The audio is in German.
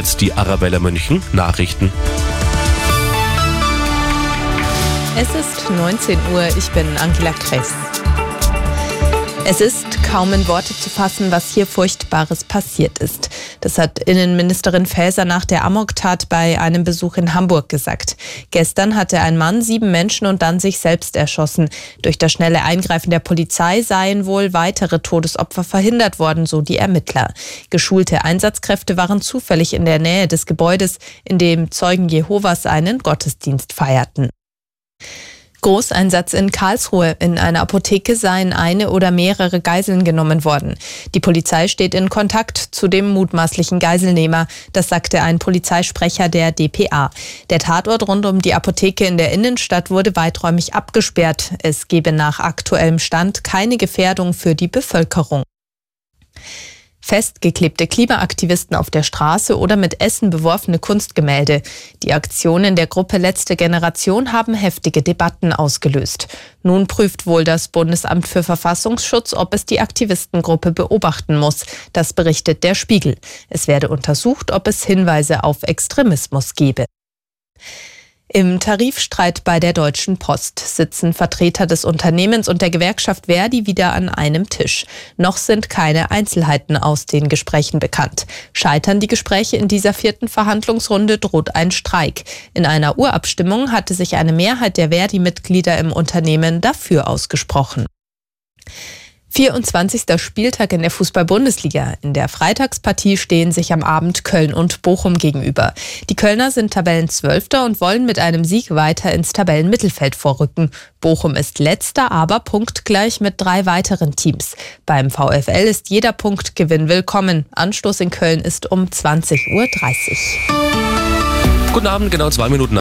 jetzt die Arabella München Nachrichten. Es ist 19 Uhr, ich bin Angela Kress. Es ist kaum in Worte zu fassen, was hier Furchtbares passiert ist. Das hat Innenministerin Faeser nach der Amoktat bei einem Besuch in Hamburg gesagt. Gestern hatte ein Mann 7 Menschen und dann sich selbst erschossen. Durch das schnelle Eingreifen der Polizei seien wohl weitere Todesopfer verhindert worden, so die Ermittler. Geschulte Einsatzkräfte waren zufällig in der Nähe des Gebäudes, in dem Zeugen Jehovas einen Gottesdienst feierten. Großeinsatz in Karlsruhe. In einer Apotheke seien eine oder mehrere Geiseln genommen worden. Die Polizei steht in Kontakt zu dem mutmaßlichen Geiselnehmer. Das sagte ein Polizeisprecher der dpa. Der Tatort rund um die Apotheke in der Innenstadt wurde weiträumig abgesperrt. Es gebe nach aktuellem Stand keine Gefährdung für die Bevölkerung. Festgeklebte Klimaaktivisten auf der Straße oder mit Essen beworfene Kunstgemälde. Die Aktionen der Gruppe Letzte Generation haben heftige Debatten ausgelöst. Nun prüft wohl das Bundesamt für Verfassungsschutz, ob es die Aktivistengruppe beobachten muss. Das berichtet der Spiegel. Es werde untersucht, ob es Hinweise auf Extremismus gebe. Im Tarifstreit bei der Deutschen Post sitzen Vertreter des Unternehmens und der Gewerkschaft ver.di wieder an einem Tisch. Noch sind keine Einzelheiten aus den Gesprächen bekannt. Scheitern die Gespräche in dieser 4. Verhandlungsrunde, droht ein Streik. In einer Urabstimmung hatte sich eine Mehrheit der ver.di-Mitglieder im Unternehmen dafür ausgesprochen. 24. Spieltag in der Fußball-Bundesliga. In der Freitagspartie stehen sich am Abend Köln und Bochum gegenüber. Die Kölner sind Tabellenzwölfter und wollen mit einem Sieg weiter ins Tabellenmittelfeld vorrücken. Bochum ist Letzter, aber punktgleich mit 3 weiteren Teams. Beim VfL ist jeder Punktgewinn willkommen. Anstoß in Köln ist um 20:30 Uhr. Guten Abend, genau 2 Minuten